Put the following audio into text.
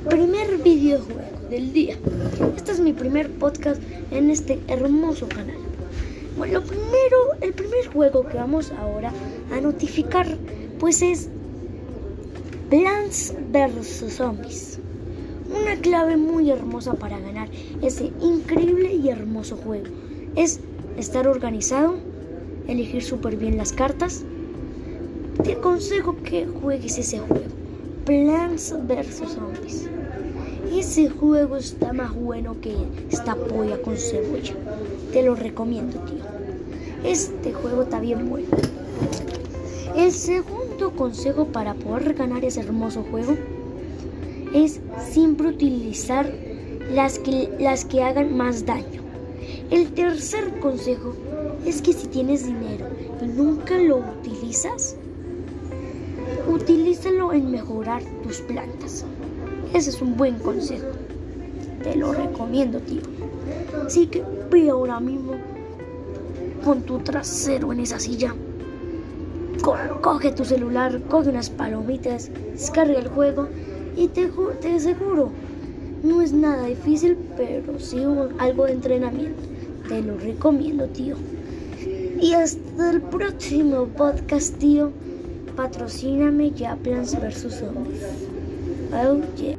Primer videojuego del día. Este es mi primer podcast en este hermoso canal. Bueno, el primer juego que vamos ahora a notificar pues es Plants vs Zombies. Una clave muy hermosa para ganar ese increíble y hermoso juego es estar organizado, elegir súper bien las cartas. Te aconsejo que juegues ese juego, Plants vs Zombies. Ese juego está más bueno que esta polla con cebolla. Te lo recomiendo, tío. Este juego está bien bueno. El segundo consejo para poder ganar ese hermoso juego es siempre utilizar las que hagan más daño. El tercer consejo es que si tienes dinero y nunca lo utilizas, utilízalo en mejorar tus plantas. Ese es un buen consejo. Te lo recomiendo, tío. Así que ve ahora mismo, pon tu trasero en esa silla, coge tu celular, coge unas palomitas, descarga el juego y te aseguro, no es nada difícil, pero sí algo de entrenamiento. Te lo recomiendo, tío. Y hasta el próximo podcast, tío. Patrocíname ya Plants vs Zombies. Oh yeah.